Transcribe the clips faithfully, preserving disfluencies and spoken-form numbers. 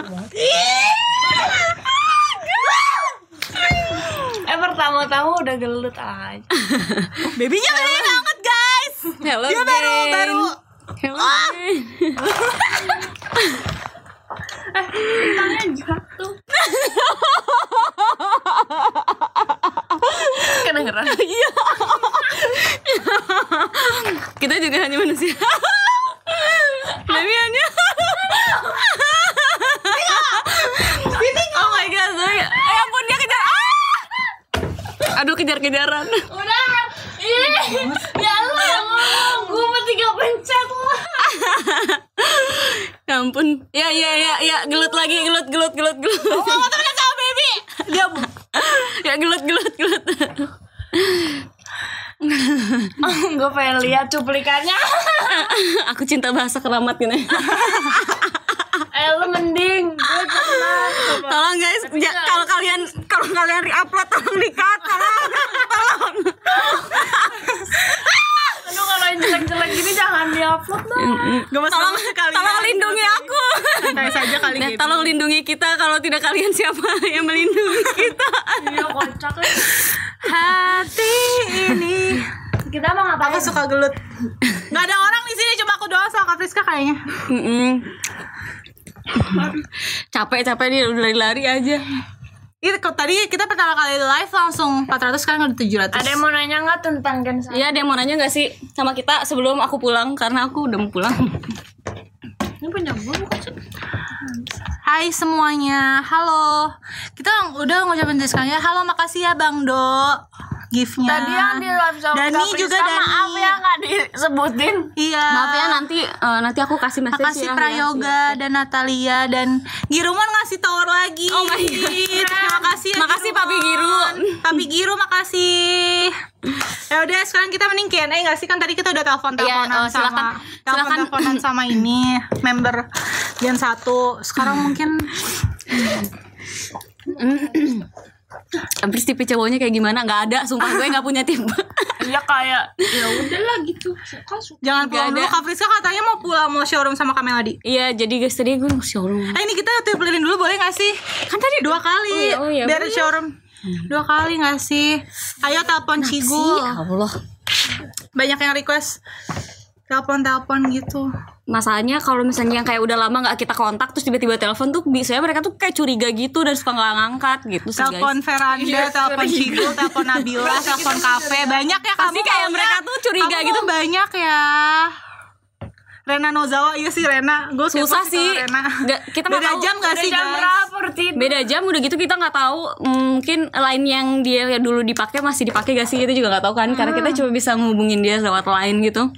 Eh pertama-tama udah gelut aja. Babynya gede banget guys. Hello, dia baru geng. baru. Hello. Ah. Eh, tangannya jatuh. Kedengeran? Iya. Kita juga hanya manusia. Baby-nya. Oh my god, sorry. Eh ampun, dia kejar. Ah! Aduh, kejar-kejaran. Udah. Ih, ya lu yang ngomong. Gue mesti gak pencet lah. Ya ampun. Ya ya ya ya, gelut lagi, gelut gelut gelut gelut. Oh, mau temenan sama baby. Dia ya gelut gelut gelut. Gue pengen lihat cuplikannya. Aku cinta bahasa keramat gini. Eh lu mending gue pernah. Tolong guys, ja, kalau kalian kalau kalian re-upload tolong di-cut, tolong. Tolong. Aduh, kalau yang jelek-jelek gini jangan di-upload dong. Tolong tolong lindungi aku. Santai saja kali Nah, gitu. tolong lindungi kita, kalau tidak kalian siapa yang melindungi kita? Iya, kocak ya. Hati ini. Kita mau ngapain? Aku suka gelut. Nggak ada orang di sini, cuma aku doang sama Kak Friska kayaknya. Mm-mm. Capek-capek dia udah lari-lari aja. Itu tadi kita pertama kali live langsung empat ratus, sekarang udah tujuh ratus. Ada yang mau nanya nggak tentang Gen satu? Iya, ada yang mau nanya nggak sih sama kita sebelum aku pulang, karena aku udah mau pulang. Ini punya gue bukan sih? Hai semuanya, halo. Kita udah ngucapin sekalian. Halo, makasih ya Bang Do. Gift-nya. Tadi yang di live sama Dani Kak juga, Friska, Dani. maaf ya nggak disebutin. Iya. Maaf ya, nanti uh, nanti aku kasih message. Makasih ya, Prayoga ya. dan Natalia dan Giruman ngasih tower lagi. Oh my god. Terima kasih ya. Makasih Papi Giru. Papi Giru makasih. Ya udah, sekarang kita mending Q and A enggak sih? Kan tadi kita udah telepon-teleponan Iya, oh, silakan. sama telepon-teleponan sama ini member Gen satu. Sekarang mungkin Abis tipe cowoknya kayak gimana? Nggak ada, sumpah gue nggak punya tipe. Ya kayak ya udahlah gitu. Suka suka. jangan pulang Nggak dulu. ada. Kak Friska katanya mau pulang, mau showroom sama Kak Melody. Iya, jadi guys tadi gue mau showroom. Eh, ini kita triplein dulu boleh gak sih? Kan tadi dua kali. Oh, iya, oh, iya, biar boleh. showroom dua kali gak sih? Ayo telepon Cigul. Ya Allah. Banyak yang request telepon-telepon gitu. Masalahnya kalau misalnya yang kayak udah lama nggak kita kontak terus tiba-tiba telepon tuh biasanya mereka tuh kayak curiga gitu dan suka nggak ngangkat gitu sih guys. Telepon Veranda, telepon Cigul, telepon Nabila, telepon kafe. Banyak ya kamu. Pasti kayak maunya. mereka tuh curiga Kamu gitu. banyak ya. Rena Nozawa, iya sih Rena. Gue Susah sih. Rena. Nggak, kita nggak Beda tahu. jam gak Udah sih jam guys? berapa tidur? Beda jam udah gitu kita nggak tahu, mungkin line yang dia dulu dipakai masih dipakai gak sih, kita juga nggak tahu kan, karena kita cuma bisa ngehubungin dia lewat line gitu.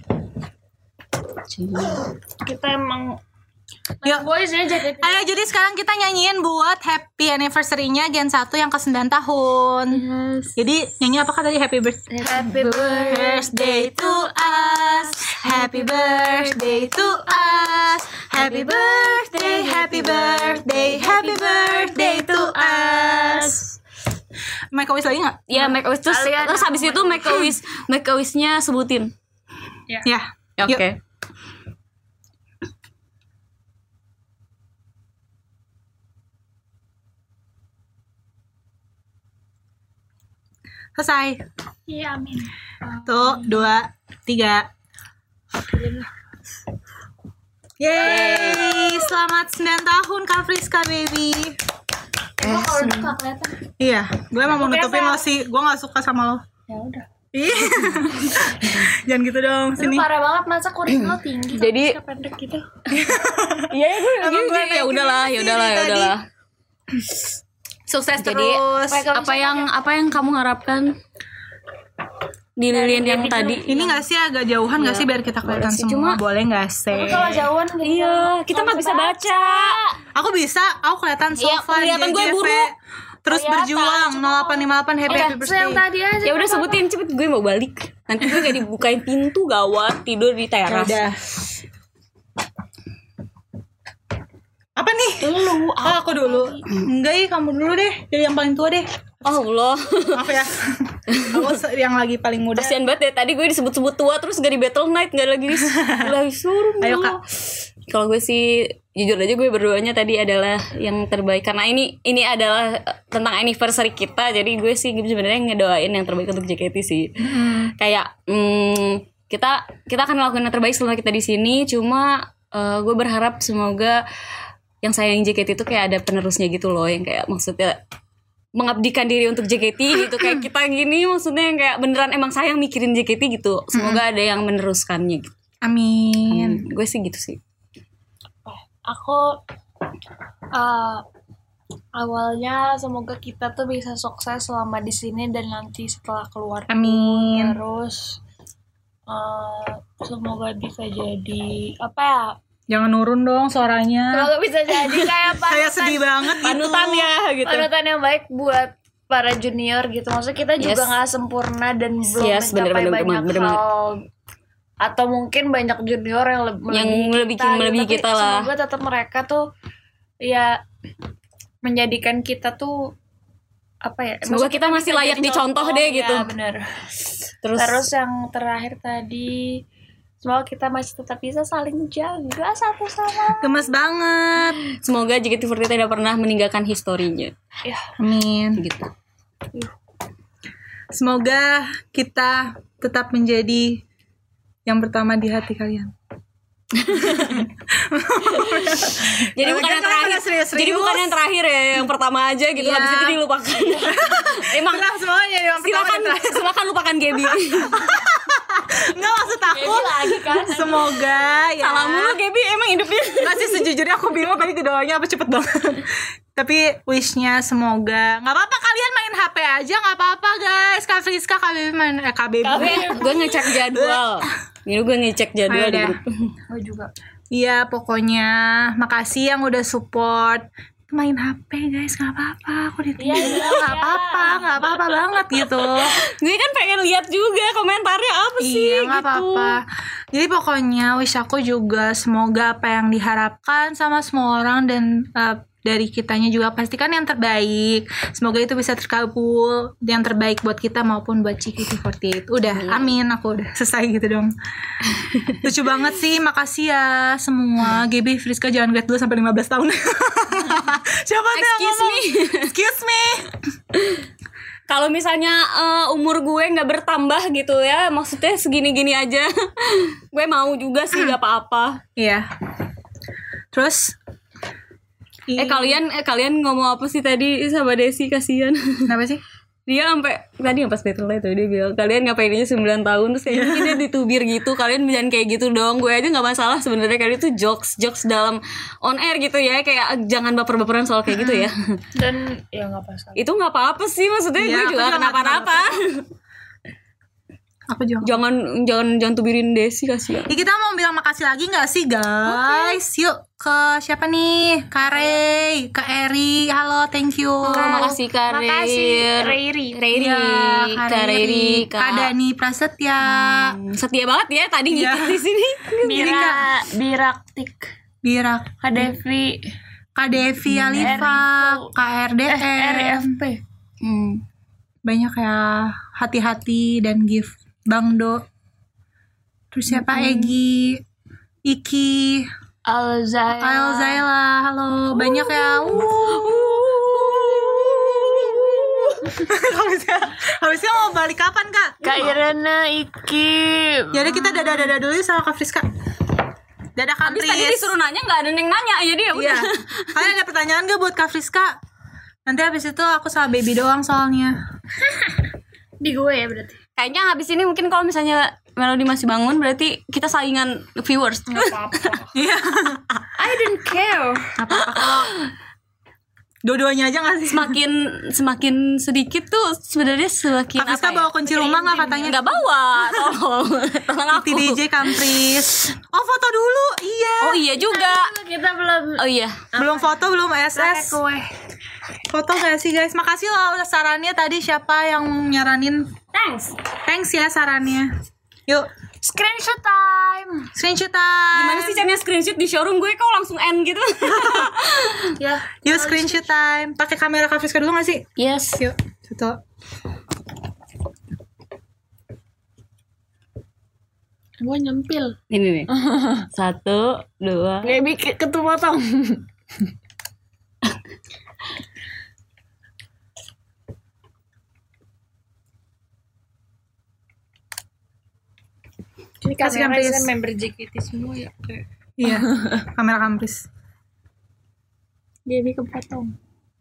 Kita emang Yuk. boys ya jaket. Ayo, jadi sekarang kita nyanyiin buat happy anniversary-nya Gen satu yang ke sembilan tahun. Jadi nyanyi apa kan tadi? Happy birthday. Happy Birthday to us, happy birthday to us, happy birthday, happy birthday, happy birthday to us. Make a wish lagi nggak? Ya make a wish terus, Kalian terus habis itu make a wish, make a wish-nya sebutin. Ya. Ya, Yuk. oke. Selesai. Iya, amin. Tuh, dua, tiga. Yeay, selamat sembilan tahun Kak Friska baby. Eh, kalau udah nggak kelihatan. Iya, gue emang mau Aku nutupin biasa. lo sih. Gue gak suka sama lo. Ya udah. Ih. Jangan gitu dong, Lu sini. parah banget, masa kuring lo tinggi Jadi- tapi pendek gitu. Iya, ya gue Emang gue ya udahlah, ya udahlah, ya tadi. udahlah. Sukses Jadi terus. apa yang apa yang kamu harapkan di lilin yang tadi? Ini gak sih agak jauhan gak sih biar kita kelihatan sih, semua? cuma- Boleh gak sih? Tapi kalau jauhan Iya, kita nggak bisa baca. Aku bisa, aku kelihatan so Iya, far kelihatan gue J J V. buruk. Terus Kelihatan, berjuang nol delapan lima delapan happy happy birthday. yang tadi aja. Ya udah sebutin cepet, gue mau balik. Nanti gue gak dibukain pintu, gawat, tidur di Ya teras. udah. Apa nih? Lu Oh, aku dulu. Enggak, ya kamu dulu deh. Jadi yang paling tua deh. Oh Allah. Maaf ya. Aku se- yang lagi paling muda. Kasian banget ya, tadi gue disebut-sebut tua terus gak di Battle Night, gak lagi lagi suruh. Ayo, Kak. Kalau gue sih jujur aja gue berduanya tadi adalah yang terbaik karena ini ini adalah tentang anniversary kita, jadi gue sih sebenarnya ngedoain yang terbaik untuk J K T sih. Mm. Kayak mm, kita kita akan melakukan yang terbaik selama kita di sini, cuma uh, gue berharap semoga yang sayang J K T itu kayak ada penerusnya gitu loh, yang kayak maksudnya mengabdikan diri untuk J K T gitu kayak kita gini, maksudnya yang kayak beneran emang sayang mikirin J K T gitu. Semoga ada yang meneruskannya gitu. Amin. Amin. Gue sih gitu sih. Aku uh, awalnya semoga kita tuh bisa sukses selama di sini dan nanti setelah keluar. Amin. Terus uh, semoga bisa jadi apa ya? Jangan nurun dong suaranya. Semoga bisa jadi kayak panutan. Kayak sedih banget gitu. Panutan ya gitu. Panutan yang baik buat para junior gitu. Maksudnya kita juga Yes. nggak sempurna dan belum Yes, mencapai bener, bener, banyak bener, bener. hal. Atau mungkin banyak junior yang lebih Yang melebihi- kita, melebihi gitu. kita Tapi lah. semoga tetap mereka tuh ya menjadikan kita tuh apa ya? Semoga maksudnya kita masih bisa layak jadi dicontoh deh gitu. Ya, bener. Terus, Terus yang terakhir tadi, semoga kita masih tetap bisa saling jaga satu sama. Gemes banget. semoga J K T empat puluh delapan tidak pernah meninggalkan historinya Ya, Amin. gitu. Semoga kita tetap menjadi yang pertama di hati kalian. Jadi bukan yang terakhir. Jadi bukan yang terakhir ya, yang pertama aja gitu. Iya. Habis itu dilupakan. Emang Benar semuanya yang pertama silakan dan terakhir. silakan lupakan Gaby. Enggak, maksud aku Gaby lagi kan. semoga ya. Salah mulu Gaby emang hidupnya. Enggak sih, sejujurnya aku bingung tadi doanya apa cepet banget. Tapi wishnya semoga nggak apa-apa kalian main H P aja, nggak apa-apa guys. Kak Friska, K B B main eh K B B. Gue ngecek jadwal. Ini gue ngecek jadwal Ayo di deh. grup. gue juga. Iya, pokoknya makasih yang udah support. Main H P guys, nggak apa-apa. Aku ditinggal Iya, iya, nggak iya. apa-apa, nggak apa-apa banget gitu. Gue kan pengen lihat juga komentarnya apa sih Iya, nggak gitu. apa-apa. Jadi pokoknya wish aku juga semoga apa yang diharapkan sama semua orang dan uh, dari kitanya juga pastikan yang terbaik. Semoga itu bisa terkabul, yang terbaik buat kita maupun buat J K T empat puluh delapan. Udah, amin, aku udah selesai gitu dong. Lucu banget sih, makasih ya semua. G B, Friska jangan grade dulu sampai lima belas tahun. Siapa tuh yang Excuse ngomong? me. Excuse me. Kalau misalnya uh, umur gue nggak bertambah gitu ya, maksudnya segini-gini aja, gue mau juga sih, nggak apa-apa. Iya. Terus Eh kalian eh kalian ngomong apa sih tadi sama Desi, kasihan. kenapa sih? Dia sampai tadi yang pas battle itu dia bilang kalian ngapain aja sembilan tahun, terus kayak mungkin dia ditubir gitu. Kalian jangan kayak gitu dong. Gue aja nggak masalah sebenarnya, kalian itu jokes jokes dalam on air gitu ya, kayak jangan baper-baperan soal kayak gitu ya. Dan ya nggak pas. Itu nggak apa-apa sih, maksudnya Iya, gue aku juga juga nggak kenapa-napa. Aku juga. jangan jangan jangan tubirin Desi, kasihan. Ya, kita mau bilang makasih lagi gak sih guys? Yuk ke siapa nih? Kare, ke Eri. Halo, thank you. Oh, makasih Kak Makasih, Reir. Reiri. Reiri, Iya, Kak Reiri, Kak Kak Dani Prasetya. Hmm, setia banget ya tadi Iya. ngikut di sini. Bira, Biraktik, Birak, Kak Devi, Kak Devi Alifa, Kak R D M. R F P, Hmm. Banyak ya, hati-hati dan gift. Bang Do. Terus siapa? Egi, Iki, Alzaila, Kyle Zaila. Halo, banyak ya. Uh. harusnya, harusnya mau balik kapan kak? Kak Irena, Iki. Jadi kita dadah-dadah dulu sama Kak Friska. Dadah Kak Habis tadi Fris. disuruh nanya nggak ada yang nanya, jadi ya Iya. udah. Kalian ada pertanyaan gak buat Kak Friska? Nanti habis itu aku sama baby doang soalnya. Di gue ya berarti. Kayaknya habis ini mungkin kalau misalnya Melody masih bangun, berarti kita saingan viewers. Nggak apa-apa. Iya. I don't care. Apa-apa kalau dua-duanya aja gak sih? Semakin semakin sedikit tuh sebenarnya semakin Kak Friska apa ya? bawa kunci rumah gak katanya? Nggak bawa, tolong, tolong aku. T D J Kampris. Oh foto dulu, iya. Oh iya juga. Kita belum Oh iya. Belum foto, belum S pakai S. kue. Foto gak sih guys? Makasih loh sarannya tadi, siapa yang nyaranin. Thanks. Thanks ya sarannya. Yuk, Screenshot time. screenshot time. Gimana sih caranya screenshot di showroom gue kok langsung end gitu? Ya. Yuk screenshot time. Pakai kamera Kak Friska dulu gak sih? Yes. Yuk, satu. Gue nyempil. Ini nih. Satu, dua. Gaby ketepotong. Ini Kasih kamera kampris. kan member J K T semua ya. Iya, kamera kampris. Gaby kepotong.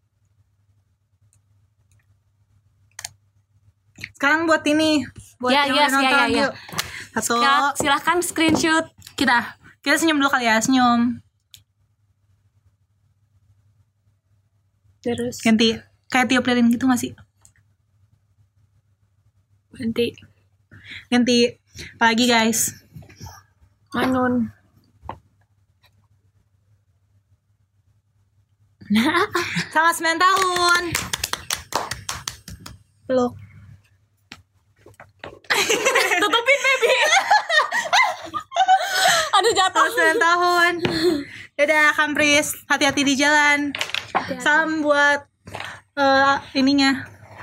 Sekarang buat ini, buat Ya, yang ya, udah nonton ya, ya. yuk. Satu, Silahkan, silahkan screenshot. kita kita senyum dulu kali ya, senyum. Terus Ganti kayak tiup lilin gitu nggak sih? ganti Ganti. Apalagi guys. Manun. Selamat sembilan tahun. Peluk. Tutupin baby. Aduh jatuh. Selamat sembilan tahun. Dadah kampris, hati-hati di jalan. Salam buat uh, ininya.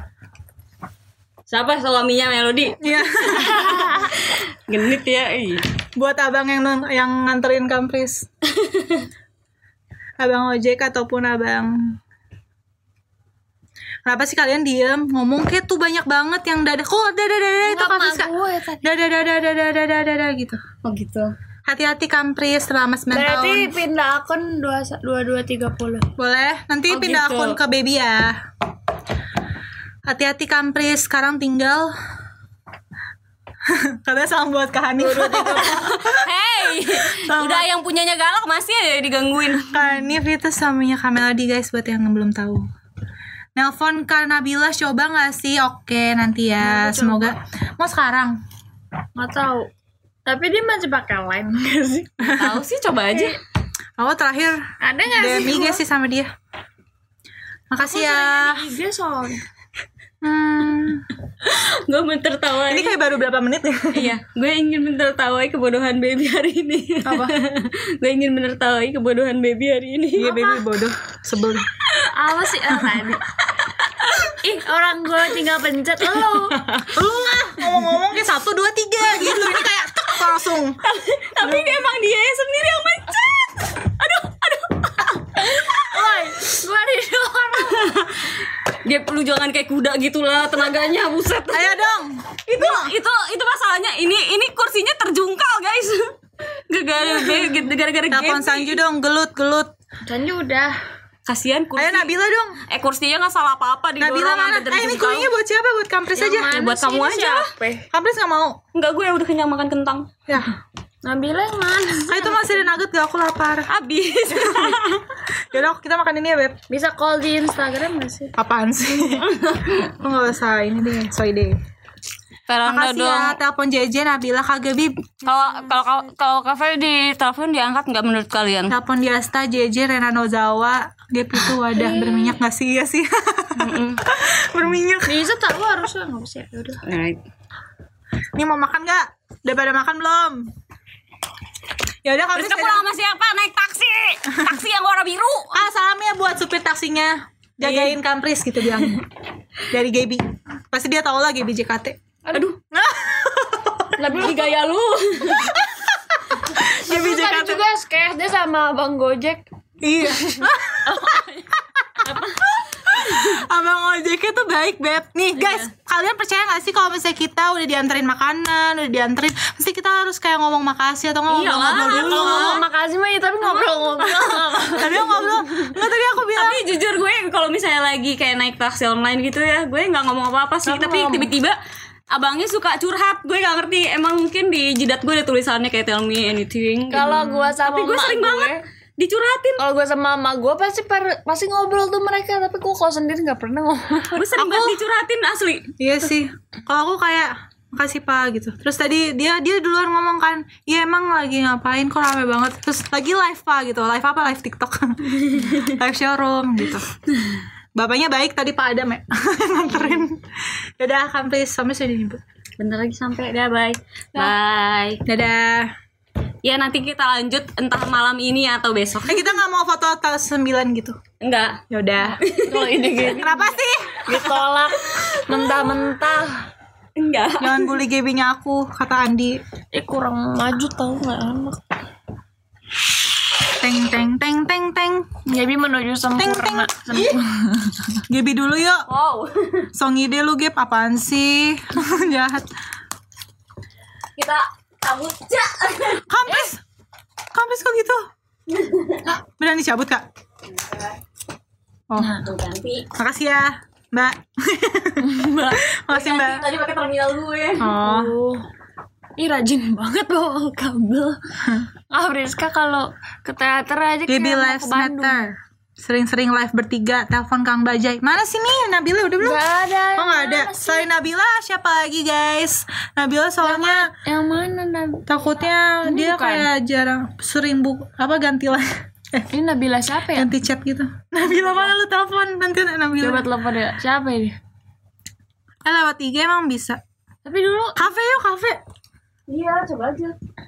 Siapa suaminya Melody? Iya. Genit ya. Ih. Buat abang yang non- yang nganterin kampris. Abang ojek ataupun abang. Kenapa sih kalian diem? Ngomong kayak tuh banyak banget yang dadah. Kok dadah dadah itu kampris Kak? gue tadi. Dadah dadah dadah dadah dadah gitu. Oh gitu. Hati-hati kampris selama sembilan tahun. Berarti pindah akun dua dua tiga puluh. Boleh, nanti Oh, pindah gitu. akun ke baby ya. Hati-hati kampris, sekarang tinggal. Katanya salam buat Kak Hanif. Hey, udah yang punyanya galak masih aja digangguin. Kak Hanif itu suaminya Kak Melody guys, buat yang belum tahu. Nelpon Kak Nabila coba nggak sih? Oke nanti ya, semoga. Mau sekarang? Nggak tahu. Tapi dia masih pakai line nggak sih? Tahu sih, coba aja. Aku terakhir Ada nggak D sih? M I G sih sama dia. Makasih ya. Di I G soalnya. Hmm. Gue mentertawai. Ini kayak baru berapa menit ya? Iya, gue ingin menertawai kebodohan baby hari ini. Apa? Gue ingin menertawai kebodohan baby hari ini. Iya baby bodoh, sebel. Apa sih ah, tadi? Ih, orang gue tinggal pencet lo. Lu lah ngomong-ngomong kayak satu dua tiga gitu. Ini kayak tek langsung. Tapi dia emang dia sendiri yang mencet. Aduh, aduh. Woi, gue didorong. Dia perlu jangan kayak kuda gitulah tenaganya, buset. Ayo dong. itu itu itu masalahnya, ini ini kursinya terjungkal guys. Gara-gara gara-gara Telepon game. Sanju dong, gelut-gelut. Sanju udah. Kasihan kursi. Ayo Nabila dong. Eh kursinya nggak salah apa-apa didorong Nabila mana? sampai Eh ini terjungkal. kuenya buat siapa? Buat kampris aja. Ya, buat kamu aja. Kampris gak mau. Enggak, gue udah kenyang makan kentang. Ya. Nabila yang mana? Ah itu masih ada nugget gak? Aku lapar. Habis. Yaudah kita makan ini ya Beb. Bisa call di Instagram gak sih? Apaan sih? Lu gak usah ini deh, soy deh. Veranda Makasih dong. ya, telepon J J Nabila kagak Bib. Kalau kalau kalau kafe di telepon diangkat nggak menurut kalian? Telepon di Asta J J Rena Nozawa. Gap itu wadah berminyak gak sih? Iya sih. Berminyak. Bisa tahu harusnya nggak bisa. Ya udah. Right. Ini mau makan gak? Udah pada makan belum? Ya udah Terus kamu pulang sama siapa? Naik taksi. Taksi yang warna biru. Ah salamnya buat supir taksinya. Jagain kampris gitu bilang. Dari Gaby. Pasti dia tau lah Gaby J K T. Aduh. Lebih gaya lu. Gaby J K Tadi T. juga skes dia sama Bang Gojek. Iya. Abang ojeknya tuh baik Beb. Nih guys, kalian percaya gak sih kalau misalnya kita udah dianterin makanan, udah dianterin, pasti kita harus kayak ngomong makasih atau ngomong Iyalah, ngobrol dulu. Kalau ngomong makasih mah ya, tapi ngobrol-ngobrol. Tadi aku ngobrol, nggak tadi aku bilang. Tapi jujur gue kalau misalnya lagi kayak naik taksi online gitu ya, gue nggak ngomong apa-apa sih. Kamu Tapi ngomong. tiba-tiba abangnya suka curhat. Gue nggak ngerti. Emang mungkin di jidat gue ada tulisannya kayak tell me anything. Kalau gua sama Tapi gue emak sering gue, banget dicurhatin. Kalau gue sama mama gue pasti per, pasti ngobrol tuh mereka, tapi gue kalau sendiri nggak pernah ngobrol. Gue sering banget dicurhatin asli. Iya sih. Kalau aku kayak makasih Pak gitu. Terus tadi dia dia duluan ngomong kan, iya emang lagi ngapain kok rame banget. Terus lagi live Pak gitu. Live apa? Live TikTok. Live showroom gitu. Bapaknya baik tadi Pak Adam ya. Nganterin. Dadah kampris sampai sini nyebut. Bentar lagi sampai. Dah bye. Bye. Dadah. Ya nanti kita lanjut entah malam ini atau besok. Eh kita nggak mau foto tanggal sembilan gitu. Enggak. Yaudah. Kalau ini gini Kenapa sih? ditolak mentah-mentah. Enggak. Jangan bully Gaby-nya aku, kata Andi. Eh kurang maju tau nggak enak. Teng teng teng teng teng. Gaby menuju sempurna. Gaby dulu yuk. Wow. Song ide lu Gap, apaan sih? Jahat. Kita cabut. Ja. Kampus. Kampus kok gitu? Hah, beneran dicabut Kak? Oh, Nah, Tuh ganti. makasih ya Mbak. Mbak. Makasih Mbak. Tadi pakai terminal gue. Oh, Oh. Ih rajin banget bawa kabel. Ah Rizka kalau ke teater aja kayak Gaby mau lives ke Bandung. matter. Sering-sering live bertiga, telepon Kang Bajai. Mana sih nih Nabila udah belum? Gak ada. Oh nggak ada. Yang mana sih? Selain Nabila siapa lagi guys? Nabila soalnya Yang mana Nab- takutnya Ini dia bukan. kayak jarang sering bu apa ganti lah Ini Nabila siapa ya? ganti chat gitu. Nabila mana lu telepon nanti Nabila. Coba telepon ya. Siapa ini? Eh lewat I G emang bisa. Tapi dulu Kafe yuk kafe. Iya, coba aja.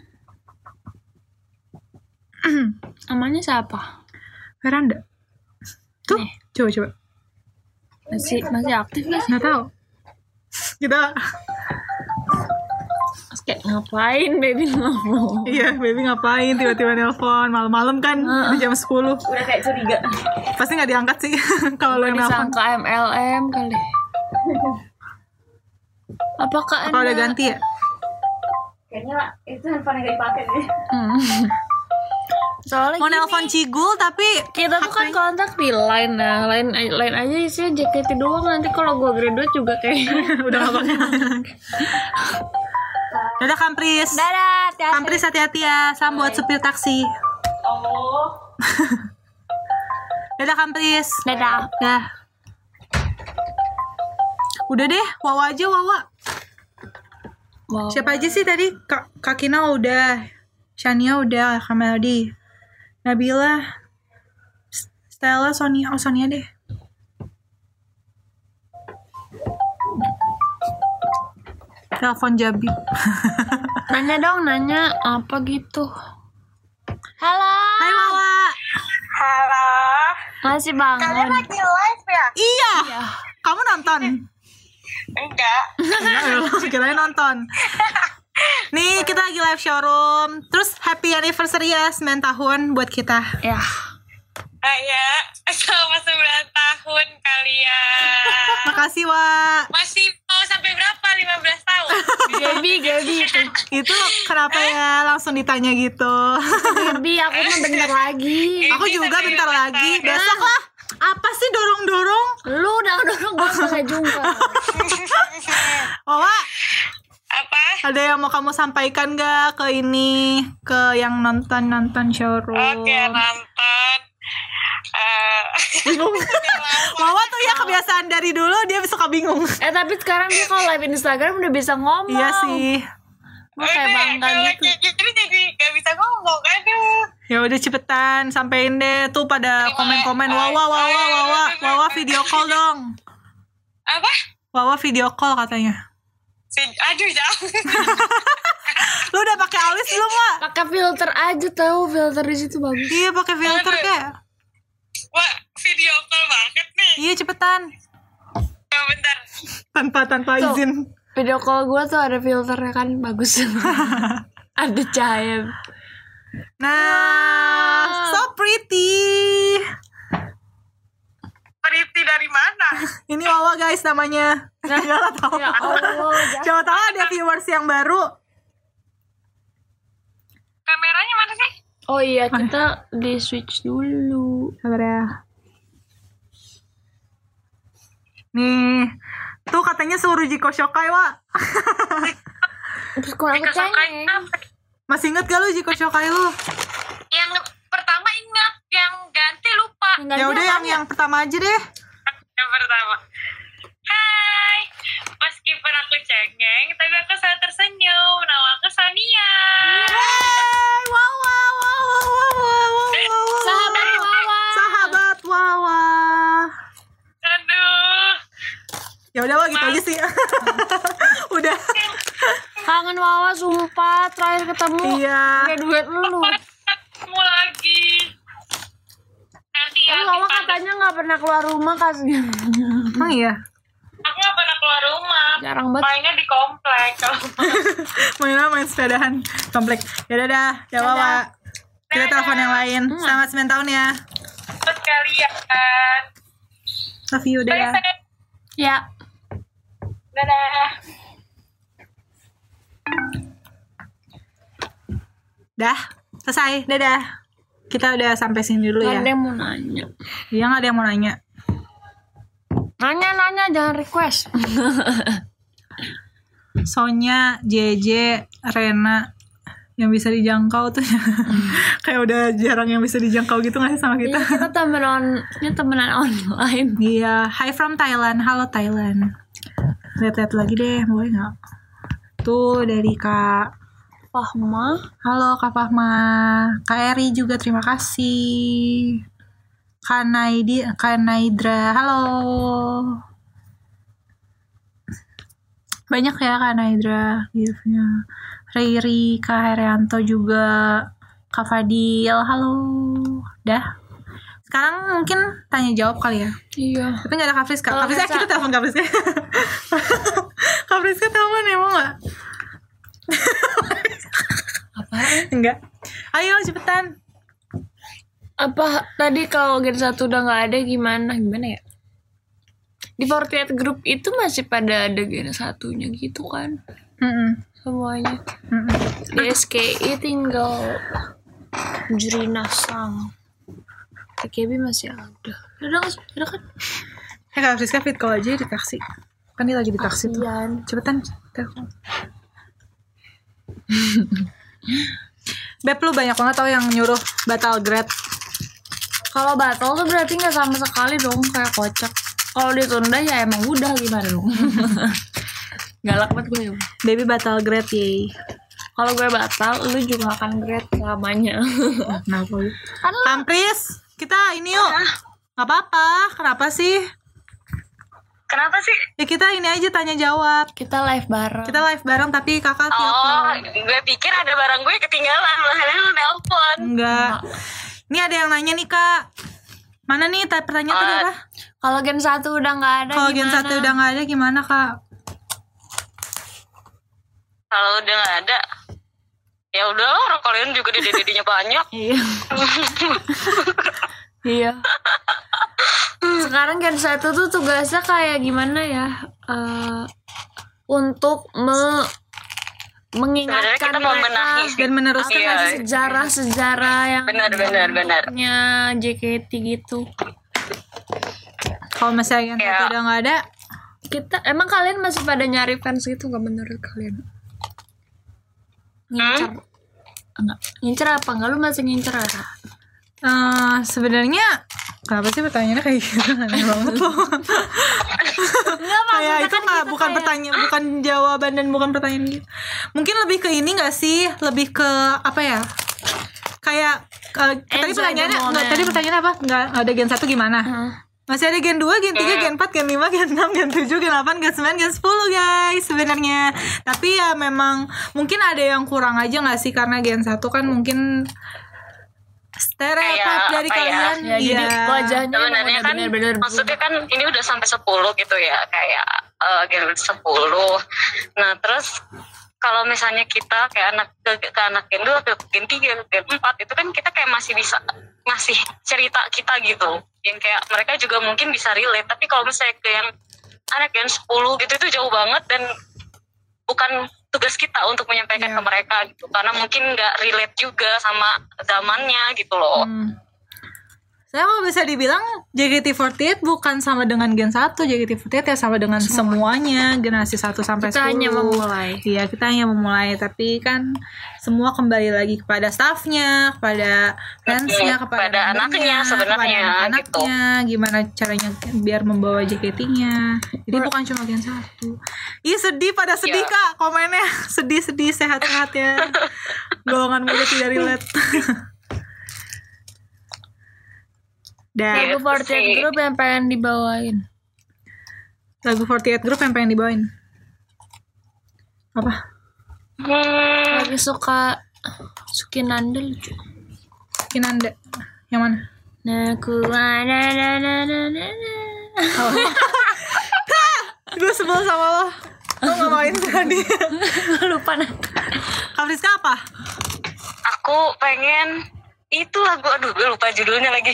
namanya siapa? Veranda. Tuh, Nih. coba coba. Masih masih aktif gak sih? Nggak tahu. Kita Terus kayak ngapain baby ngomong? iya, baby ngapain tiba-tiba nelpon malam-malam kan di jam sepuluh. Udah kayak curiga. Pasti nggak diangkat sih kalau lu yang nelpon. Disangka M L M kali. Apakah Apa Anda- udah ganti ya? Kayaknya itu handphone yang gak dipakai deh. Hmm. Soalnya Mau gini, nelpon Cigul tapi kita tuh kan kontak di line nah line line aja isinya J K T doang, nanti kalau gue graduate juga kayak udah nggak pakai. Dadah Kampris. dadah hati-hati. Kampris hati-hati ya. Salam buat supir taksi. Oh. Dadah Kampris. Dadah. Dah. Udah deh, Wawa aja Wawa. Wow. Siapa aja sih tadi? Kak Kakina udah, Shania udah, Kameldi, Nabila, Stella, Sonia, oh Sonia deh. Telepon Jabi. Nanya dong, nanya apa gitu. Halo. Hai Wawa. Halo. Masih bangun. Kalian lagi live ya? Iya. Iya. Kamu nonton? Enggak. Enggak, kirain nonton. Nih kita lagi live showroom. Terus happy anniversary ya sembilan tahun buat kita. Ya. Ah ya, selama sembilan tahun kalian. Makasih Wa. Masih mau sampai berapa? lima belas tahun? Gaby, Gaby itu. Itu kenapa ya langsung ditanya gitu? Gaby, aku mau bentar lagi. Aku juga bentar lagi. Besok lah. Apa sih dorong-dorong? Lu udah dorong gue sampai jumpa. Wawa, Apa? ada yang mau kamu sampaikan gak ke ini, ke yang nonton-nonton showroom? Oke, nonton. Eh, Bingung. Wawa tuh ya kebiasaan dari dulu dia suka bingung. Eh tapi sekarang dia kalau live Instagram udah bisa ngomong. Iya sih. Gue kayak bangga gitu. Jadi jadi gak bisa ngomong, aduh. Ya udah cepetan sampein deh tuh pada komen-komen Wawa Wawa Wawa Wawa video call dong. Apa? Wawa video call katanya. Si- Aduh, jauh. Lu udah pakai alis belum, Wa? Pakai filter aja tahu, filter di situ bagus. Iya pakai filter kayak. Wah, video call banget nih. Iya cepetan. Oh, bentar. Tanpa tanpa Tuh. izin. Video call gue tuh ada filternya kan bagus. Ada cahaya. Nah, so pretty. Pretty dari mana? Ini Wawa guys namanya. Enggak lah tahu. Ya Allah. Coba tahu ada viewers yang baru. Kameranya mana sih? Oh iya, kita di switch dulu. Sabar ya. Nih, tuh katanya suruh Jiko Shokai, Wa. Terus kurang Jika Sakai cengeng. apa? Masih inget gak lu Jiko Shokai lu? Yang pertama ingat, yang ganti lupa. Enggak Ya ada udah yang apanya. yang pertama aja deh. Yang pertama. Hai, meskipun aku cengeng, tapi aku selalu tersenyum. Nama aku Sonia. Hey, Wawa, Wawa, Wawa, Wawa. Sahabat Wawa. Sahabat Wawa. Aduh, Ya udah Wa, gitu aja sih. Udah. Kangen Wawa sumpah, terakhir ketemu. Iya. Kayak duet lu. ketemu lagi. Nanti ya. Tapi Wawa dipanggil. katanya nggak pernah keluar rumah kasih. Emang iya. Aku gak pernah keluar rumah. jarang banget. Mainnya di komplek. Mainnya main sepedahan komplek. Ya dadah, ya Wawa. Kita telepon yang lain. Selamat sembilan tahun ya. Buat kalian. Love you, dadah. Bye-bye. Ya. Dadah. Dah, selesai. Dadah. Kita udah sampai sini dulu ya. Ada yang mau nanya. Iya, nggak ada yang mau nanya. Nanya-nanya jangan request. Sonya, J J, Rena yang bisa dijangkau tuh. Kayak udah jarang yang bisa dijangkau gitu nggak sih sama kita? Iya, kita temen on, ini temenan online. Iya, hi from Thailand. Halo Thailand. Lihat-lihat lagi deh, boleh nggak? Tuh dari Kak Fahma. Halo Kak Fahma. Kak Eri juga terima kasih. Kak Naidi, Kak Naidra. Halo. Banyak ya Kak Naidra gift-nya. Riri, Kak Herianto juga. Kak Fadil. Halo. Dah. Sekarang mungkin tanya jawab kali ya. Iya. Tapi gak ada Kak Friska. Kalau Kak Friska Friska- kita telepon Kak Friska. Kak Friska telepon ya, mau gak? Apaan? Enggak. Ayo cepetan. Apa tadi kalau gen satu udah nggak ada gimana gimana ya? Di empat puluh delapan group itu masih pada ada gen satunya gitu kan? Mm-mm. Semuanya. Mm-mm. Di S K I tinggal Jurina Sang. T K B masih ada. Ada nggak sih? Ada kan? Eh Kak Friska fit call aja di taksi. Kan dia lagi di taksi tuh. Kasian. Cepetan telepon. Beb, lu banyak banget tau yang nyuruh batal grade. Kalau batal tuh berarti nggak sama sekali dong, kayak kocak. Kalau ditunda ya emang udah gimana dong. Galak banget gue. Baby batal grade yay. Kalau gue batal, lu juga akan grade selamanya. Kenapa lu? Kan lu Ampris, kita ini yuk. Gak apa-apa, kenapa sih? Kenapa sih? Ya kita ini aja tanya jawab. kita live bareng. Kita live bareng tapi kakak Oh, telepon. gue pikir ada barang gue ketinggalan. Makanya lu nelpon. Enggak. Ini ada yang nanya nih Kak. Mana nih ta- pertanyaan tadi Uh, apa? Kalau gen satu udah nggak ada Kalau gen gimana? satu udah nggak ada gimana Kak? Kalau udah nggak ada, ya udah orang kalian juga dede-dedenya banyak. Iya. Iya. Sekarang gen satu tuh tugasnya kayak gimana ya? Eh, untuk me mengingatkan Sebenarnya kita mau mereka benahi Dan meneruskan Iya. lagi. sejarah-sejarah yang Benar, benar, benar. nya J K T gitu. Kalau misalnya yang Ya. satu udah nggak ada, Kita emang kalian masih pada nyari fans gitu nggak menurut kalian? Ngincer. Enggak. Ngincer apa? Enggak, lu masih ngincer apa? eh sebenarnya kenapa sih pertanyaannya kayak gitu? Aneh banget loh. Enggak, Kayak itu kan nggak kita bukan kayak- pertanyaan, bukan jawaban dan bukan pertanyaan gitu. Mungkin lebih ke ini nggak sih? Lebih ke apa ya? Kayak eh, tadi Enjoy pertanyaannya the nggak, moment. tadi pertanyaannya apa? Nggak ada gen satu gimana? Hmm. Masih ada gen dua, gen tiga, gen empat, gen lima, gen enam, gen tujuh, gen delapan, gen sembilan, gen sepuluh guys sebenarnya. Tapi ya memang mungkin ada yang kurang aja nggak sih, karena gen satu kan mungkin stereotip Kayak dari apa ya? kalian. Ya, jadi Iya. wajahnya emang Sebenarnya udah kan benar-benar maksudnya kan ini udah sampai sepuluh gitu ya, kayak uh, gen sepuluh. Nah, terus kalau misalnya kita kayak anak ke, ke anak gen dua, ke gen tiga, gen empat, itu kan kita kayak masih bisa ngasih cerita kita gitu. Yang kayak mereka juga mungkin bisa relate, tapi kalau misalnya ke yang anak gen sepuluh gitu itu jauh banget dan bukan tugas kita untuk menyampaikan Iya. ke mereka gitu, karena mungkin nggak relate juga sama zamannya gitu loh. Hmm. Saya kalau bisa dibilang J K T empat puluh delapan bukan sama dengan gen satu, J K T empat puluh delapan ya sama dengan semuanya, generasi satu sampai Kita sepuluh. hanya memulai. Iya, kita hanya memulai, tapi kan semua kembali lagi kepada staffnya, kepada fansnya, kepada, Kepada membernya, anaknya sebenarnya, kepada anak-anaknya, gimana caranya biar membawa J K T-nya. Jadi bukan cuma gen satu. Ih, sedih, pada sedih Iya. Kak komennya. Sedih-sedih, sehat-sehat ya. Golongan muda tidak relate. Dan Lagu Gitu empat puluh delapan sih. group yang pengen dibawain. lagu empat puluh delapan group yang pengen dibawain apa? Hmm, Lagi suka Sukinanda lucu. Kinanda yang mana? Nah, ku na na na na na na. Gue sebel sama lo. Lo ngomongin tadi. Lupa nah. Kak Friska apa? Aku pengen itu lagu, aduh gue lupa judulnya lagi.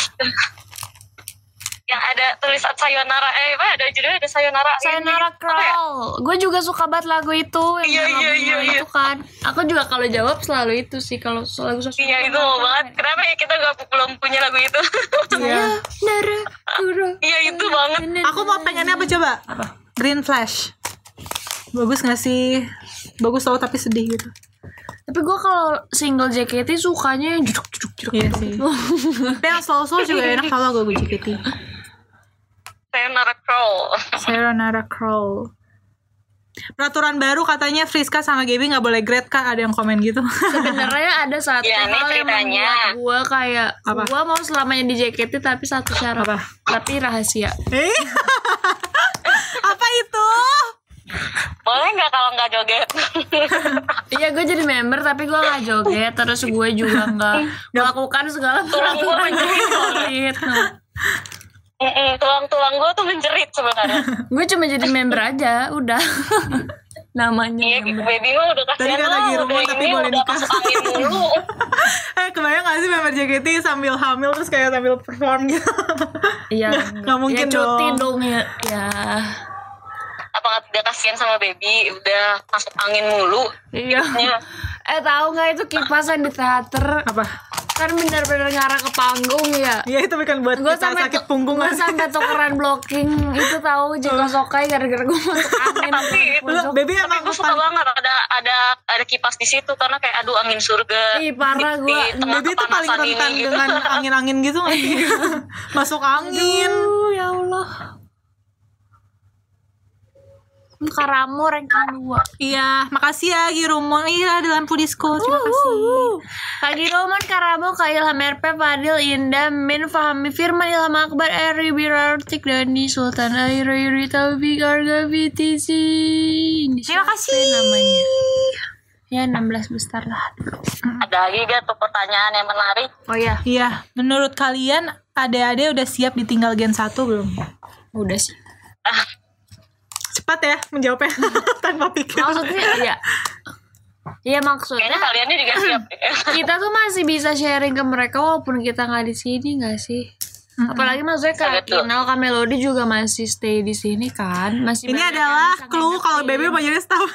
Yang ada tulisan sayonara, eh apa ada judulnya, ada sayonara. Sayonara Crawl. Gue juga suka banget lagu itu. Iya iya iya itu kan. Aku juga kalau jawab selalu itu sih kalau lagu sosial. Iya itu mau banget. Kenapa ya kita nggak belum punya lagu itu? Iya. Nara Kuro. Iya itu banget. Aku mau pengennya apa coba? Apa? Green Flash. Bagus gak sih? Bagus tau tapi sedih gitu. Tapi gue kalau single J K T sukanya yang juduk-juduk-juduk. Iya sih. Tapi yang slow-slow juga enak kalau lagu J K T. Sayonara Crawl. Sayonara Crawl. Peraturan baru katanya Friska sama Gaby nggak boleh grade kan, ada yang komen gitu. Sebenarnya ada satu Ya, ini hal yang ceritanya. membuat gue kayak Apa? gue mau selamanya di J K T tapi satu syarat. Apa? Tapi rahasia. Eh? Apa itu? Boleh nggak kalau nggak joget? Iya gue jadi member tapi gue nggak joget, terus gue juga nggak melakukan segala Tulang gue peraturan menjerit. gitu. Tulang-tulang gue tuh menjerit sebenarnya. Gue cuma jadi member aja, udah. Namanya Iya, member. baby mah udah Tadi kasihan kan lagi lah, rumah udah tapi ini boleh udah nikah. masuk angin mulu. Eh kebayang gak sih member J K T sambil hamil terus kayak sambil perform gitu? Iya, Nggak- nggak mungkin ya, cuti dong. dong ya. Ya. Apa nggak tidak kasihan sama baby, udah masuk angin mulu. Iya. Ya. Eh tahu nggak itu kipasan di teater Apa? kan benar-benar ngarah ke panggung ya. Ya itu bukan buat Gue kita sampai sakit punggung. gue sampai tukeran blocking itu tahu Jiko Sokai gara-gara gue masuk angin. Tapi Lu, baby tapi emang gue suka banget ada ada ada kipas di situ karena kayak aduh angin surga. Ih parah Di gue. tengah Baby itu paling kepanasan rentan ini gitu. dengan angin-angin gitu nggak sih? Masuk angin. Aduh, ya Allah. Karamo ranking dua. Iya, makasih ya Girumo. Iya, ada lampu disco. Terima kasih. Kak Giroman, Karamo, Kak Ilham R P, Fadil, Indah, Min, Fahmi, Firman, Ilham Akbar, Eri, Birartik, Dani, Sultan, Aira, Iri, Taufik, Arga, B T C. Ini Terima siapa kasih. namanya? Ya enam belas besar lah. Ada lagi gak tuh pertanyaan yang menarik? Oh ya, Iya, menurut kalian adik-adik udah siap ditinggal Gen satu belum? udah sih. Cepat ya menjawabnya tanpa pikir. Maksudnya ya. Iya maksudnya Kayaknya kaliannya juga siap. kita tuh masih bisa sharing ke mereka walaupun kita nggak di sini nggak sih? Apalagi maksudnya kayak Betul. Kinal, Kak Melody juga masih stay di sini kan? Masih Ini banyak yang adalah bisa clue kalau ngingetin. baby mau jadi staff.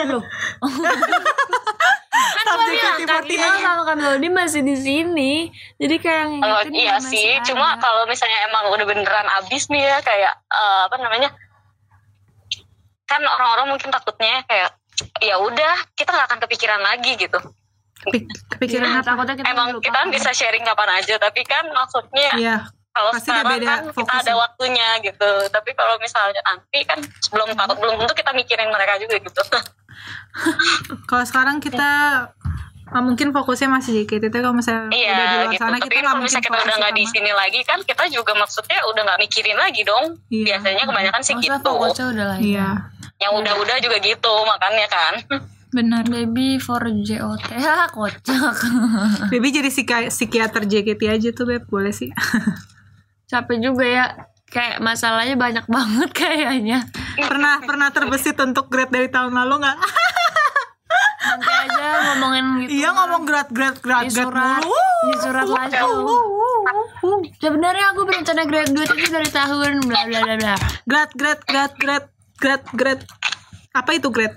Kan Staff gue J K T bilang Kak empat Kinal sama Kak Melody masih di sini. Jadi kayak Oh, ngingetin iya masih sih, ada. cuma kalau misalnya emang udah beneran abis nih ya kayak eh, apa namanya? Kan orang-orang mungkin takutnya kayak ya udah kita nggak akan kepikiran lagi gitu. Kepik- Kepikiran Iya, apa? takutnya kita Emang lupa. kita kan bisa sharing kapan aja, tapi kan maksudnya Iya. kalau pasti udah sekarang beda kan kita fokusnya. ada waktunya gitu. Tapi kalau misalnya nanti kan sebelum takut belum tentu kita mikirin mereka juga gitu. Kalau sekarang kita ah, mungkin fokusnya masih di J K T. Kalau misalnya udah di Iya luar gitu. sana Tapi kita kan nggak kalau mungkin misalnya kita fokus udah nggak di sama- sini lagi kan kita juga maksudnya udah nggak mikirin lagi dong. Iya. Biasanya kebanyakan sih Maksudnya gitu. fokusnya udah lah. Iya, Yang udah-udah juga gitu makanya kan. benar. Baby for J O T. Hah, kocak. Baby jadi psiki- psikiater J K T aja tuh, Beb. Boleh sih. Capek juga ya. Kayak masalahnya banyak banget kayaknya. pernah pernah terbesit untuk grade dari tahun lalu nggak? Nanti aja ngomongin gitu. Iya, ngomong grade grade grade di grade surat, mulu. di surat lagi. Sebenarnya aku berencana graduate itu dari tahun bla bla bla bla. Grade grade grade grade grade grade. Apa itu grade?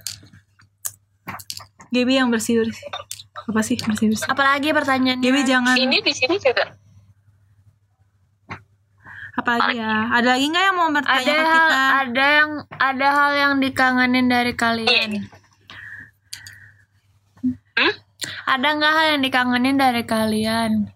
Gaby yang bersih bersih. Apa sih bersih bersih? Apalagi pertanyaannya? Gaby jangan. Ini di sini juga. Apalagi ya? Ada lagi nggak yang mau bertanya Ada ke hal, kita? ada yang ada hal yang dikangenin dari kalian. Hmm? Ada nggak hal yang dikangenin dari kalian?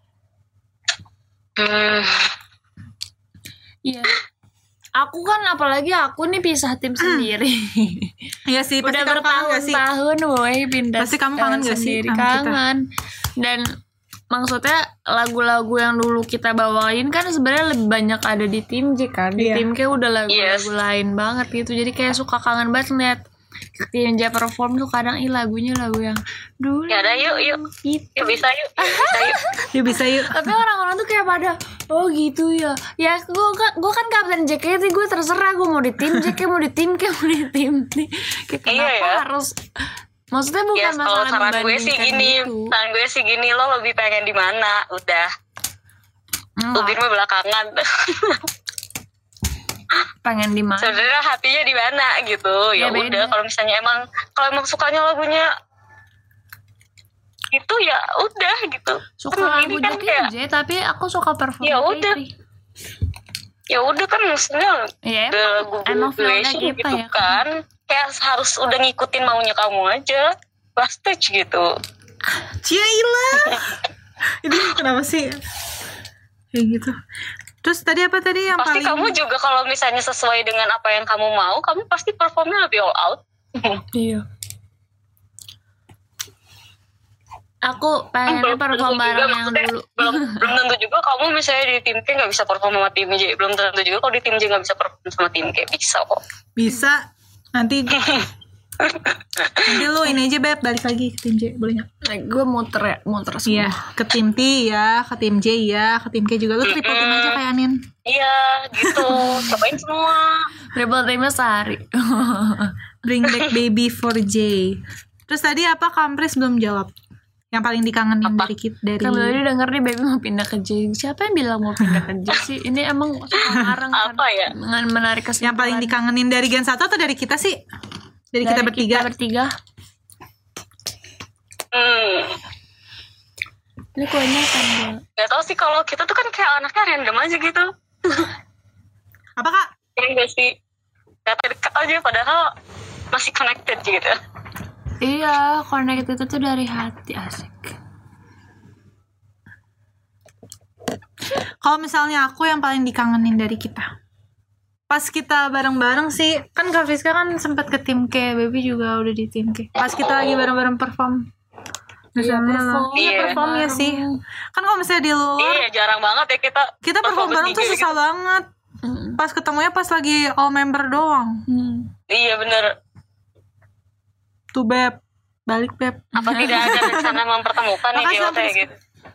Hmm. Iya. Aku kan apalagi aku nih pisah tim sendiri. Iya sih, pasti Udah kamu kangen nggak sih? bertahun-tahun woi pindah. Pasti kamu kangen jalan nggak sih sendiri. sama kita? Kangen. Dan maksudnya lagu-lagu yang dulu kita bawain kan sebenarnya lebih banyak ada di tim J kan. Di Iya. tim K udah lagu-lagu Yes. lain banget gitu. Jadi kayak suka kangen banget ngeliat Tim J perform tuh kadang ih lagunya lagu yang dulu. Ya ada yuk yuk. Gitu. Yuk bisa yuk. Yuk bisa yuk. Yuk bisa yuk. Tapi orang-orang tuh kayak pada oh gitu ya. Ya gue kan gue kan kapten J K T, gue terserah gue mau di tim J K, mau di tim K, mau di tim T. Kayak kenapa iya, ya? harus Maksudnya bukan ya, masalah saran gue sih gini, gitu. saran gue sih gini, lo lebih pengen di mana? Udah. Ubin mah belakangan. Pengen di mana? Sebenarnya hatinya di mana gitu. Ya, ya udah kalau misalnya emang kalau emang sukanya lagunya itu ya udah gitu. Suka kan lagu kan J K T, tapi aku suka perform. Ya udah. Ya udah kan maksudnya ya, lagu graduation gitu ya, kan. Kayak harus udah ngikutin maunya kamu aja. Backstage gitu. Ciela. Ini kenapa sih? Kayak gitu. Terus tadi apa tadi yang pasti paling... kamu juga kalau misalnya sesuai dengan apa yang kamu mau, kamu pasti performnya lebih all out. Iya. Aku pengen perform bareng yang dulu. Belum, belum tentu juga kamu misalnya di tim K nggak bisa perform sama tim J. Belum tentu juga kalau di tim J nggak bisa perform sama tim K. Bisa kok. Bisa. Nanti nanti lu ini aja Beb, balik lagi ke tim J, boleh nggak? Nah, gue muter ya, muter semua. Iya, ke tim T ya, ke tim J ya, ke tim K juga. Lu triple team aja kayak Anin. Iya, gitu. Cobain semua. Triple teamnya sehari. Bring back baby for J. Terus tadi apa Kampris belum jawab? Yang paling dikangenin apa? dari kita dari. Kalau tadi denger nih baby mau pindah ke J. Siapa yang bilang mau pindah ke J sih? Ini emang sekarang apa kan ya? Dengan menarik kesimpulan. Yang paling dikangenin dari Gen satu atau dari kita sih? Dari, dari kita bertiga. Kita bertiga. Hmm. Ini kuenya kan gak tau sih, kalau kita tuh kan kayak anaknya random aja gitu. Apa Kak? Iya gak sih? Dekat aja padahal masih connected gitu. Iya, connected itu tuh dari hati, asik. Kalau misalnya aku yang paling dikangenin dari kita, pas kita bareng-bareng sih, kan Kak Friska kan sempat ke tim K, Baby juga udah di tim K. Pas kita lagi bareng-bareng perform, Iya, perform, iya performnya sih. Kan kalau misalnya di luar, iya jarang banget ya kita. Kita perform bareng tuh susah gitu. banget. Mm. Pas ketemunya pas lagi all member doang. Hmm. Iya bener. Tuh Beb, balik Beb. Apa tidak ada rencana mempertemukan nih dia kayak gitu?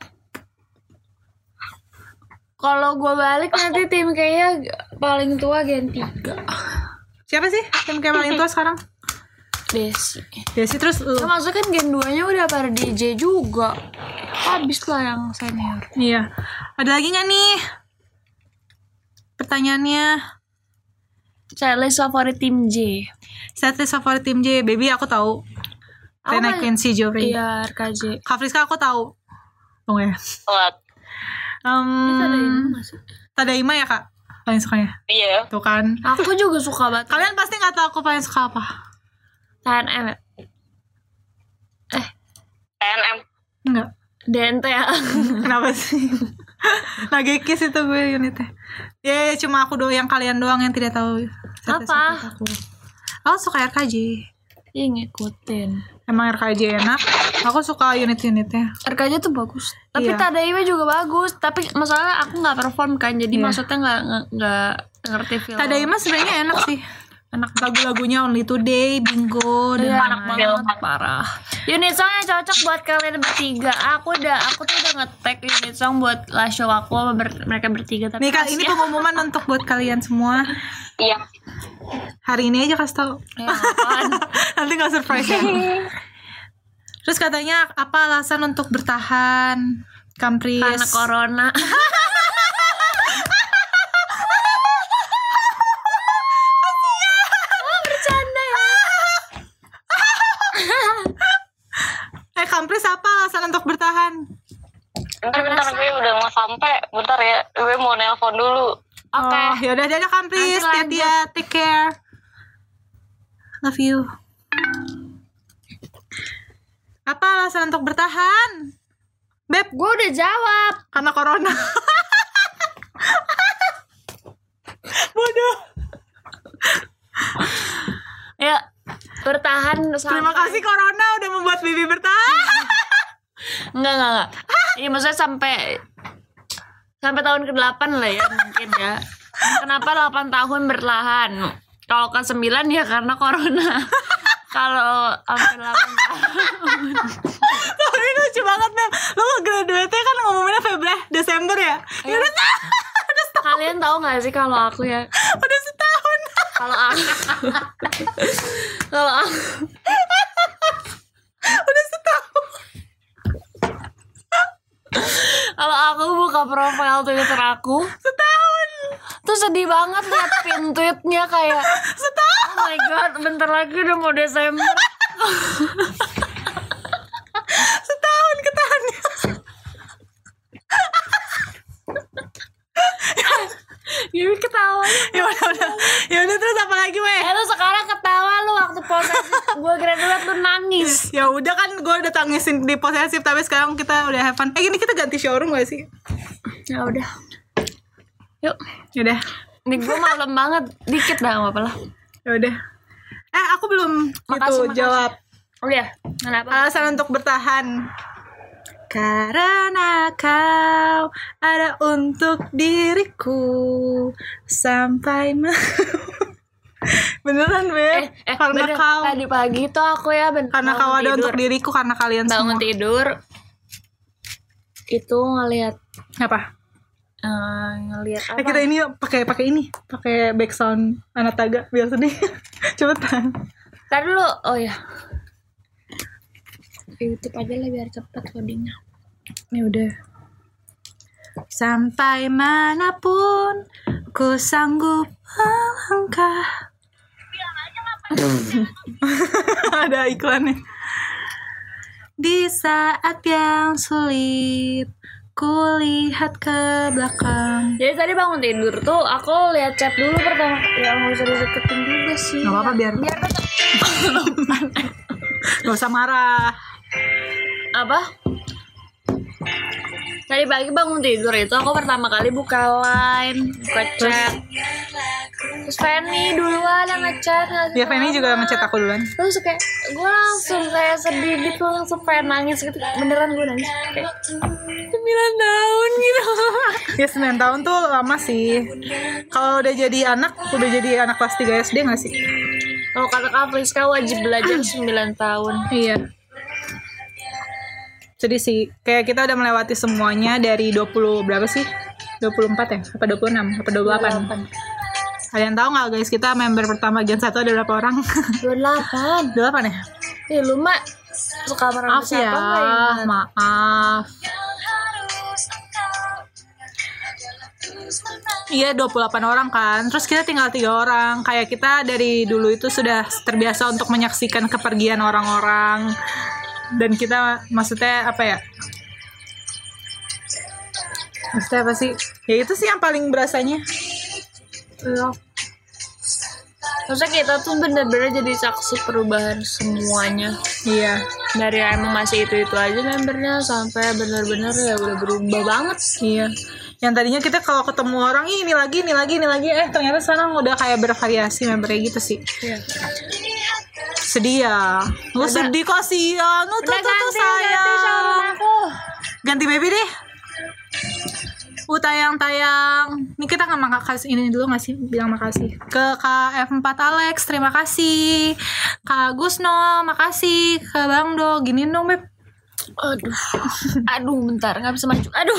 Kalau gue balik nanti tim kayaknya paling tua Gen tiga. Siapa sih tim kayak paling tua sekarang? Desi. Desi terus lu. Nah, maksudnya kan Gen dua nya udah pada D J juga. Habis lah yang senior. Iya. Ada lagi gak nih pertanyaannya? Setlist favorit tim J. Setlist favorit tim J, Baby aku tahu. Rena Quincy Jory. Iya, R K J. Kak Friska aku tahu. Tunggu ya. What? Um, Tadaima sih. Tadaima ya Kak? Paling sukanya? Iya. Tuh kan. Aku juga suka banget. Kalian pasti gak tahu aku paling suka apa? T N M. Eh, T N M. Enggak. D N T ya. Kenapa sih? Nagekis itu gue unitnya. Ya, ya cuma aku doang, yang kalian doang yang tidak tahu. Apa? Aku. Oh suka R K J. Iya ngikutin. Emang R K J enak. Aku suka unit-unitnya. R K J tuh bagus. Tapi iya. Tadaima juga bagus. Tapi masalahnya aku nggak perform kan. Jadi iya. maksudnya nggak nggak ngerti feel. Tadaima sebenarnya enak sih. Enak lagu-lagunya Only Today, Bingo, dan iya, enak banget, banget parah. Unit songnya cocok buat kalian bertiga. Aku udah, aku tuh udah nge-tag unit song buat live show aku sama ber, mereka bertiga. Tapi nih kak, ini pengumuman untuk buat kalian semua. Iya. Hari ini aja kasih tau. Ya, apaan? Nanti nggak surprise ya. Terus katanya apa alasan untuk bertahan, Kampris? Karena corona. Kampris apa alasan untuk bertahan? Bentar, bentar, gue udah mau sampai. Bentar ya, gue mau nelpon dulu. Oke. Okay. Oh, yaudah, dadah Kampris, hati-hati ya, take care. Love you. Apa alasan untuk bertahan? Beb, gue udah jawab. Karena corona. Bodoh. Ya, bertahan sampai... Terima kasih corona udah membuat Bibi bertahan. Enggak, enggak, enggak. Ini maksudnya sampai sampai tahun kedelapan lah ya mungkin ya. Kenapa delapan tahun bertahan? Kalau ke sembilan ya karena corona. Kalau hampir delapan tahun. Oh, ini lucu banget Mem. Lo graduate kan ngomonginnya Februari Desember ya? Ya udah setahun. Kalian tahu nggak sih kalau aku ya? Udah setahun. Kalau aku, kalau aku, udah setahun. kalau aku buka profile Twitter aku Setahun. tuh sedih banget liat pin tweetnya kayak Setahun. oh my god, bentar lagi udah mau Desember. Setahun ketahannya. Gini ketawa. Ya udah udah. Ya udah terus apa lagi, Weh? Eh lu sekarang ketawa lu waktu posesif gue graduate lu nangis. Ya udah kan gue udah tangisin di posesif tapi sekarang kita udah have fun. Eh ini kita ganti showroom gak sih? Ya udah. Yuk. Ya udah. Nih gue malam banget, dikit dah nggak apa lah. Ya udah. Eh aku belum Makasih, itu makasih. jawab. Oh ya, kenapa? Alasan untuk bertahan. Karena kau ada untuk diriku sampai ma- beneran Beb. Eh, eh karena bener, kau tadi pagi tuh aku ya ben- karena kau bangun ada tidur. untuk diriku karena kalian Bangun semua. tidur itu ngelihat Apa? eh, ngelihat apa? Eh, kita ini yuk, pakai pakai ini, pakai background Anataga biar sedih. Cepetan. Ntar dulu, oh ya. YouTube aja lah biar cepet loadingnya. Ya udah. Sampai manapun ku sanggup melangkah. Ada iklannya. Di saat yang sulit ku lihat ke belakang. Jadi tadi bangun tidur tuh aku lihat chat dulu pertama. Ya nggak usah dideketin juga sih. Gak apa-apa biar Biar tetap gak usah marah. apa? Tadi pagi bangun tidur itu aku pertama kali buka line, buka chat. Terus Fanny duluan yang ngechat. Ya Fanny juga ngechat aku duluan. Terus kayak gue langsung kayak sedih gitu, langsung pengen nangis gitu. Beneran gue nangis kayak sembilan tahun gitu. Ya sembilan tahun tuh lama sih. Kalau udah jadi anak, udah jadi anak kelas tiga S D gak sih? Kalau kata Kak Friska wajib belajar sembilan tahun. Iya. Sedih sih. Kayak kita udah melewati semuanya dari dua puluh berapa sih? dua puluh empat ya? Apa dua puluh enam? Apa dua puluh delapan? Kalian tahu gak guys, kita member pertama Gen satu ada berapa orang? dua puluh delapan. dua puluh delapan ya? Ih lu mak suka merang Maaf ya, maaf. Iya dua puluh delapan orang kan. Terus kita tinggal tiga orang. Kayak kita dari dulu itu sudah terbiasa untuk menyaksikan kepergian orang-orang. Dan kita maksudnya apa ya? Maksudnya apa sih? Ya itu sih yang paling berasanya. Iya. Maksudnya kita tuh bener-bener jadi saksi perubahan semuanya. Iya. Dari emang masih itu-itu aja membernya sampai bener-bener ya udah berubah banget. Iya. Yang tadinya kita kalau ketemu orang ini lagi, ini lagi, ini lagi, eh ternyata sekarang udah kayak bervariasi membernya gitu sih. Iya. Sedih ya. Lu sedih kasihan. Lu tuh Udah tuh tuh ganti, ganti showroom sayang. aku. Ganti baby deh. Uh tayang-tayang. Ini kita nggak makasih ini dulu nggak sih bilang makasih ke K F empat Alex, terima kasih. Kak Gusno, makasih. Kak Bang Do, gini dong Beb. Aduh. Aduh bentar nggak bisa maju. Aduh.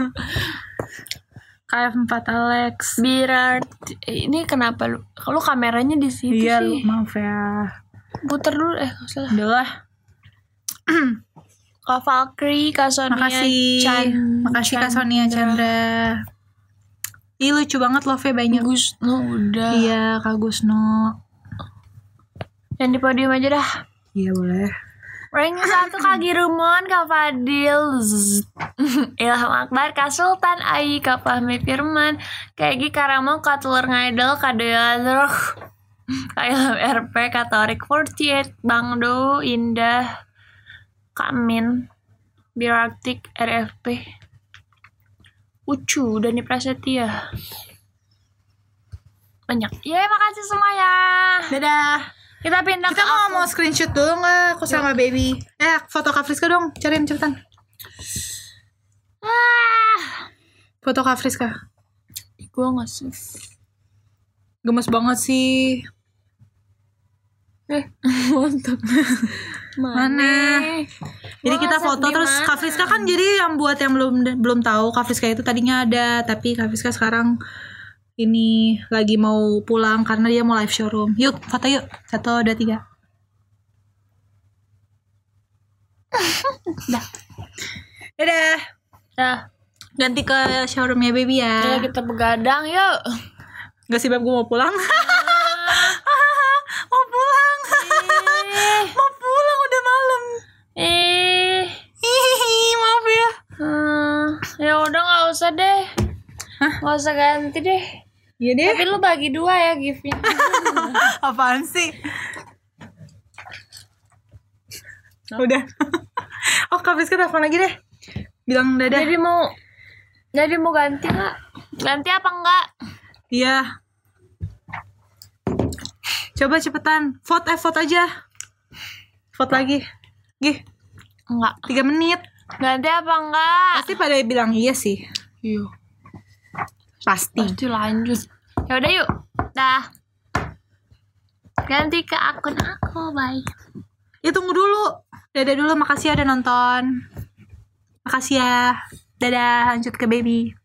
K F empat Alex. Birar ini kenapa lu? Kalau kameranya di situ Iya, sih. lu, maaf ya. Puter dulu eh nggak salah. Udah lah. Kak Valkyrie, Kak Sonia Makasih. Chan, Makasih Kak Sonia Chandra. Ih lucu banget love banyak. Gusno udah. Iya Kak Gusno. Yang di podium aja dah. Iya boleh. Ranking satu Kak Girumon, Kak Fadil, Zzz. Ilham Akbar, Kak Sultan, Ai, Kak Fahmi Firman, Kak Egi Karamo, Kak Telur Ngaidel, Kak Deadroh, Kak Ilham R P, Kak Torik empat puluh delapan, Bang Do, Indah, Kak Min, Birartik, R F P, Ucu, Dani Prasetya. Banyak. Ya, makasih semua ya. Dadah. Kita pindah Kita ke mau aku. mau screenshot dulu nggak aku sama baby? Eh foto Kak Friska dong, cariin cepetan. Ah, Foto Kak Friska. gue nggak save. Gemes banget sih. Eh, mantap. Mana? Jadi kita foto terus Kak Friska kan, jadi yang buat yang belum belum tahu, Kak Friska itu tadinya ada, tapi Kak Friska sekarang ini lagi mau pulang karena dia mau live showroom. Yuk foto yuk, satu dua tiga. Dah. Dadah. Dah. Ganti ke showroomnya baby ya. Ya kita begadang yuk. Gak sih Beb, gue mau pulang. Mau pulang. Mau pulang udah malam. Eh, Hihihi, maaf ya. hmm, ya udah nggak usah deh. Hah? Nggak usah ganti deh. Iya deh. Tapi lu bagi dua ya giftnya. Apaan sih? Udah. Oh, Kak Friska telepon lagi deh. Bilang dadah. Jadi mau, jadi mau ganti nggak? Ganti apa enggak? Iya. Coba cepetan. Vote eh vote aja. Vote lagi. Gih, Enggak. tiga menit. Ganti apa enggak? Pasti pada bilang iya sih. Iya. Pasti. Pasti lanjut. Ya udah yuk. Dah. Ganti ke akun aku, bye. Ya tunggu dulu. Dadah dulu, makasih ya udah nonton. Makasih ya. Dadah, lanjut ke baby.